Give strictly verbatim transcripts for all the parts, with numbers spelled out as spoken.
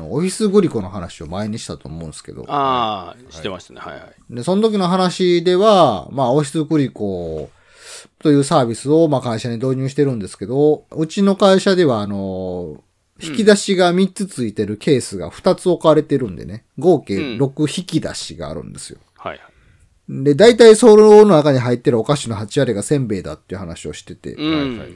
の、オフィスグリコの話を前にしたと思うんですけど。 ああ、してましたね。はいはい。 で、その時の話では、まあ、オフィスグリコというサービスを、まあ、会社に導入してるんですけど、うちの会社では、あの、引き出しがみっつついてるケースがふたつ置かれてるんでね、合計ろく引き出しがあるんですよ。 うん、はいはい。 で、大体その中に入ってるお菓子のはち割がせんべいだっていう話をしてて、 うん、 はいはい、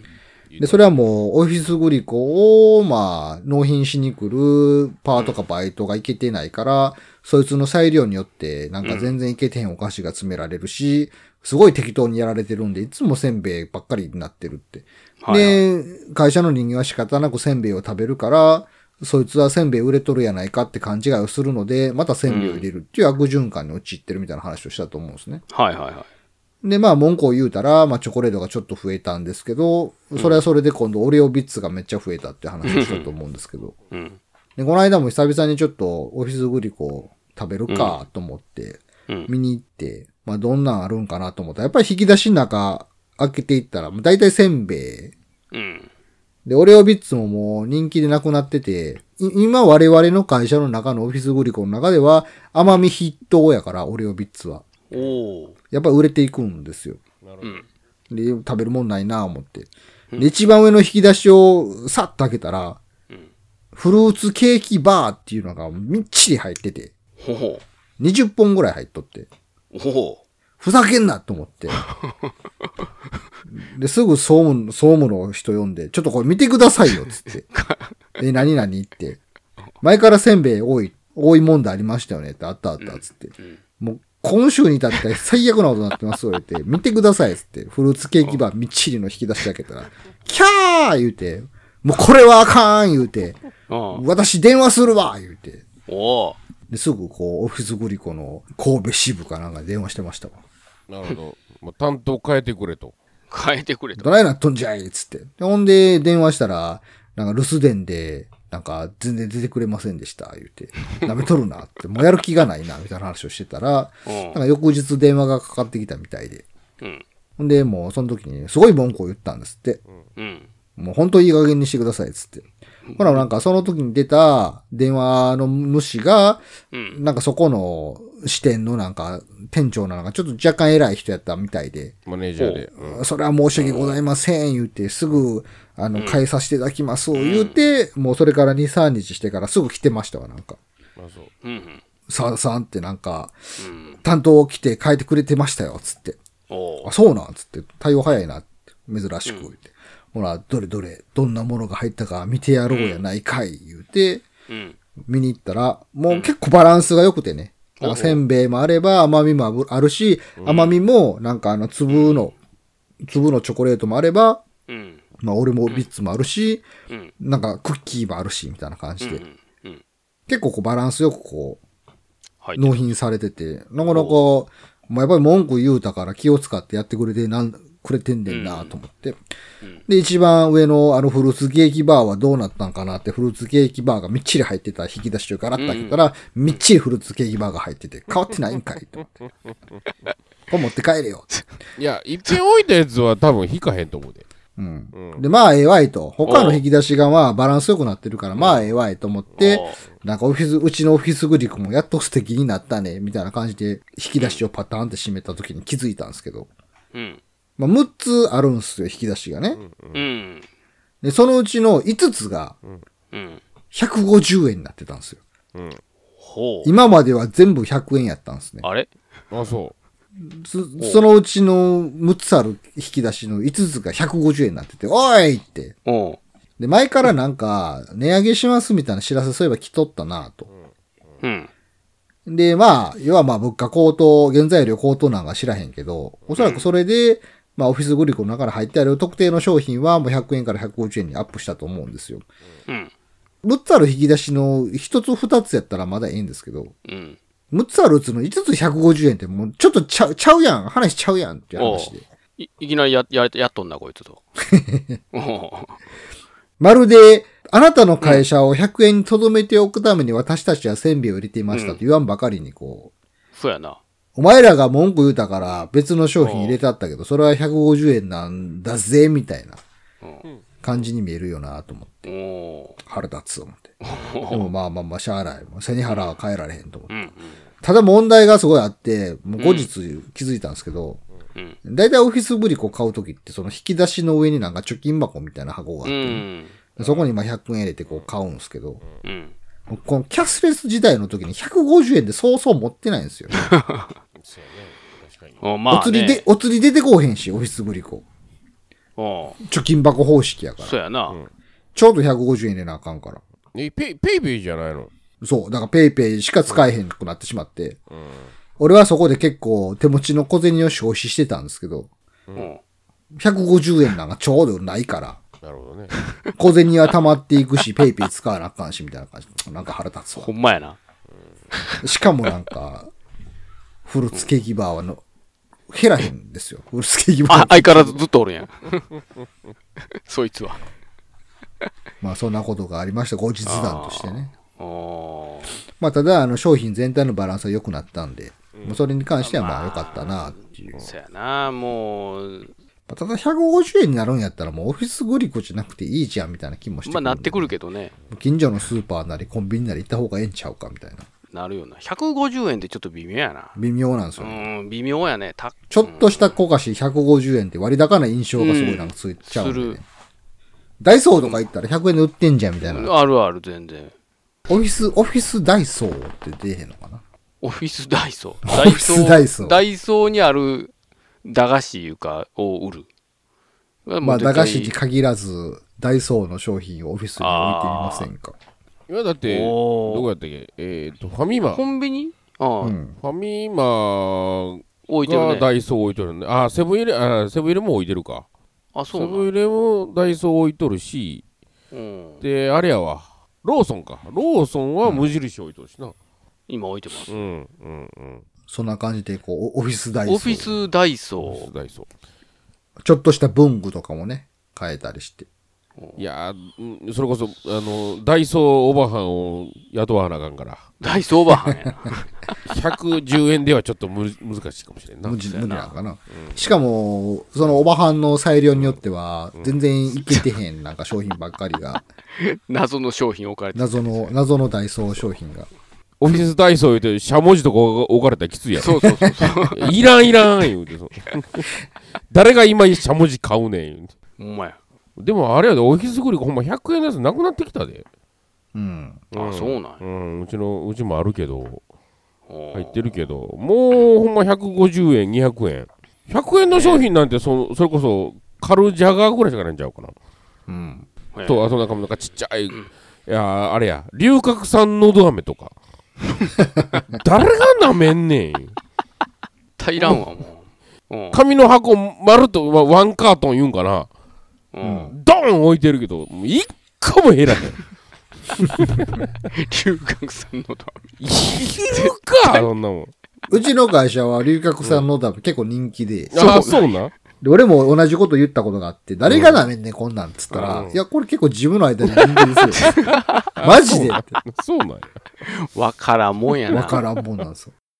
で、それはもう、オフィスグリコを、まあ、納品しに来るパートかバイトがいけてないから、うん、そいつの裁量によって、なんか全然いけてへんお菓子が詰められるし、すごい適当にやられてるんで、いつもせんべいばっかりになってるって。はいはい、で、会社の人間は仕方なくせんべいを食べるから、そいつはせんべい売れとるやないかって勘違いをするので、またせんべいを入れるっていう悪循環に陥ってるみたいな話をしたと思うんですね。 はいはいはい。 で、まあ文句を言うたら、まあチョコレートがちょっと増えたんですけど、それはそれで今度オレオビッツがめっちゃ増えたって話をしたと思うんですけど。うん、で、この間も久々にちょっとオフィスグリコを食べるかと思って、見に行って、まあどんなんあるんかなと思ったら、やっぱり引き出しの中開けていったら、だいたいせんべい。うん、で、オレオビッツももう人気でなくなってて、今我々の会社の中のオフィスグリコの中では甘み筆頭やから、オレオビッツは。おやっぱ売れていくんですよ。なるほど。で、食べるもんないなぁ思って。で、一番上の引き出しをさっと開けたら、うん、フルーツケーキバーっていうのがみっちり入ってて、ほほにじゅっぽんぐらい入っとって、ほほふざけんなと思って。で、すぐ総務、総務の人呼んで、ちょっとこれ見てくださいよ、つって。え、何々って。前からせんべい多い、多い問題ありましたよねって、あったあった、つって。うんうん、もう、今週に至って最悪なことになってます、言って、見てください、つって。フルーツケーキバーみっちりの引き出し開けたら、キャー言うて、もうこれはあかん言うて、私電話するわ言うて。ですぐこう、オフィスグリコの神戸支部かなんか電話してましたわ。 なるほど。もう担当変えてくれと。 変えてくれと。 どないなっとんじゃいつって。でほんで、電話したら、なんか留守電で、なんか全然出てくれませんでした、言うて。舐めとるなって、もうやる気がないな、みたいな話をしてたら、なんか翌日電話がかかってきたみたいで。うん。ほんで、もうその時に、すごい文句を言ったんですって。うん。もう本当いい加減にしてください、つって。ほら、なんかその時に出た電話の主が、うん、なんかそこの支店のなんか店長のなんかちょっと若干偉い人やったみたいで。 マネージャーで。 うん、それは申し訳ございません、言うて、すぐ、あの、変えさせていただきます、言うて、もうそれからに、さんにちしてからすぐ来てましたわ、なんか。あ、そう。うん。沢田さんってなんか、担当来て変えてくれてましたよ、つって。あ、そうなんつって、対応早いなって、珍しく言って。ほら、どれどれ、どんなものが入ったか見てやろうやないかい、言うて、うん、見に行ったら、もう結構バランスが良くてね。うん、なんかせんべいもあれば、甘みもあるし、うん、甘みも、なんかあの、粒の、うん、粒のチョコレートもあれば、うん、まあ、俺もビッツもあるし、うん、なんかクッキーもあるし、みたいな感じで。うんうん、結構こうバランスよくこう、納品されてて、なかなか、まあ、やっぱり文句言うたから気を使ってやってくれて、なん、くれてんねんなと思って、うん。で、一番上のあのフルーツケーキバーはどうなったんかなって、フルーツケーキバーがみっちり入ってた引き出しをガラッと開けたら、うん、みっちりフルーツケーキバーが入ってて、変わってないんかいと思って。これ持って帰れよって。 いや、いっぺん置いたやつは多分引かへんと思うで。 うん。うん、で、まあ、ええわいと。他の引き出しがまあ、バランス良くなってるから、まあ、ええわいと思って、なんかオフィス、うちのオフィスグリコもやっと素敵になったね、みたいな感じで、引き出しをパターンって閉めた時に気づいたんですけど。うん。まあ、むっつあるんすよ、引き出しがね。うん。で、そのうちのいつつが、ひゃくごじゅうえんになってたんですよ。うん。ほう。今までは全部ひゃくえんやったんですね。 あれあ、そう。 そ, そのうちのむっつある引き出しのいつつがひゃくごじゅうえんになってて、おいって。おで、前からなんか、値上げしますみたいな知らせそういえば来とったなと。うん。で、まあ、要はまあ物価高騰、原材料高騰なんか知らへんけど、おそらくそれで、うん、まあオフィスグリコの中に入ってある特定の商品はもうひゃくえんからひゃくごじゅうえんにアップしたと思うんですよ。うん。むっつある引き出しのひとつふたつやったらまだいいんですけど、うん。むっつあるうちのいつつひゃくごじゅうえんってもうちょっとちゃう、ちゃうやん。話ちゃうやんっていう話で。 い, いきなりや、や、やっとんな、こいつと。 まるで、あなたの会社をひゃくえんに留めておくために私たちはせんべいを入れていましたと言わんばかりにこう。 そうやな。 お前らが文句言うたから別の商品入れてあったけど、それはひゃくごじゅうえんなんだぜ、みたいな。 感じに見えるよなと思って。 お腹立つと思って。でもまあまあまあ、しゃあない。背に腹は変えられへんと思って。 うんうん、 ただ問題がすごいあって、もう後日気づいたんですけど、だいたいオフィスブリコ買うときって、その引き出しの上になんか貯金箱みたいな箱があって、ね、うん、そこにまあひゃくえん入れてこう買うんですけど、うん、このキャッシュレス時代の時にひゃくごじゅうえんでそうそう持ってないんですよ。お, まあね、お釣りで、お釣り出てこうへんし、オフィスブリコ。貯金箱方式やから。 そうやな。 うん、ちょうどひゃくごじゅうえん入れなあかんから。 え、ペイ、ペイペイじゃないの？ そう。だからペイペイしか使えへんくなってしまって。うん、俺はそこで結構手持ちの小銭を消費してたんですけど、うん、ひゃくごじゅうえんなんかちょうどないから。 なるほどね。 小銭は溜まっていくし、ペイペイ使わなあかんし、みたいな感じ。なんか腹立つわ。 ほんまやな。 しかもなんか、フルーツケーキバーはの、減らへんですよ。フルーツケーキバー。 あ、相変わらずずっとおるやん。そいつは。 まあそんなことがありました。後日談としてね。まあただ、あの商品全体のバランスは良くなったんで、うん、もうそれに関してはまあ良かったなっていう。 そうやな、もう。 ただひゃくごじゅうえんになるんやったらもうオフィスグリコじゃなくていいじゃんみたいな気もしてくる。 まあなってくるけどね。 近所のスーパーなりコンビニなり行った方がええんちゃうかみたいな。 なるよな。ひゃくごじゅうえんってちょっと微妙やな。 微妙なんですよ、ね。 うん、微妙やね。たちょっとした小菓子ひゃくごじゅうえんって割高な印象がすごいなんかついちゃうんで、ね、うん、する。ダイソーとか行ったらひゃくえんで売ってんじゃんみたいな。 あるある、全然。 オフィス、オフィスダイソーって出えへんのかな？ オフィスダイソー。 オフィスダイソー。 ダイソーにある駄菓子いうか、を売る。 まあ、駄菓子に限らず、ダイソーの商品をオフィスに置いてみませんか？ 今だって、どこやったっけ？えっと、ファミマ。 コンビニ？ああ、うん、 ファミマがダイソー置いてるね。あ、セブンイレ、あ、セブンイレも置いてるか。 あ、そうなの？ セブンイレもダイソー置いとるし、うん、で、あれやわ。ローソンか。ローソンは無印置いとるしな。うん、 今置いてます。 うん、うん、うん。 そんな感じで、こう、オフィスダイソー。 オフィスダイソー。 オフィスダイソー。 ちょっとした文具とかもね、変えたりして。 いやー、それこそ、あの、ダイソーおばはんを雇わなあかんから。 ダイソーおばはんやな。 ひゃくじゅうえんではちょっとむ難しいかもしれんな。 無理なんかな、うん。しかも、そのおばはんの裁量によっては、全然いけてへん、なんか商品ばっかりが。 謎の商品置かれてる。 謎の、謎のダイソー商品が。 オフィスダイソー言うて、しゃもじとか置かれたらきついやろ。 そうそうそうそう。 いらんいらん言うて。誰が今しゃもじ買うねん言うて。 ほんまや。 でもあれやで、オフィスグリコほんまひゃくえんのやつなくなってきたで。 うん。 うん、あ、そうなんや。 うん、うちの、うちもあるけど、入ってるけど、もうほんまひゃくごじゅうえん、にひゃくえん。ひゃくえんの商品なんてそ、それこそ、カルジャガーぐらいしかないんちゃうかな。 うん。 と、あとなんか、なんかちっちゃい、うん、いや、あれや、龍角散のど飴とか。誰がなめんねん。 平らんわ、もう。紙の箱、丸とワンカートン言うんかな。うん、ドーン置いてるけど、一個も減らへん。 龍角散のダメ。 いるか、そんなもん。 うちの会社は龍角散のダメ結構人気で。 ああ、そうな。 で、俺も同じこと言ったことがあって、誰がなめんねん、こんなんっつったら、うん、いや、これ結構自分の間に人気ですよ。マジでって。 そうなんや。 わからんもんやな。 わからんもんなんですよ。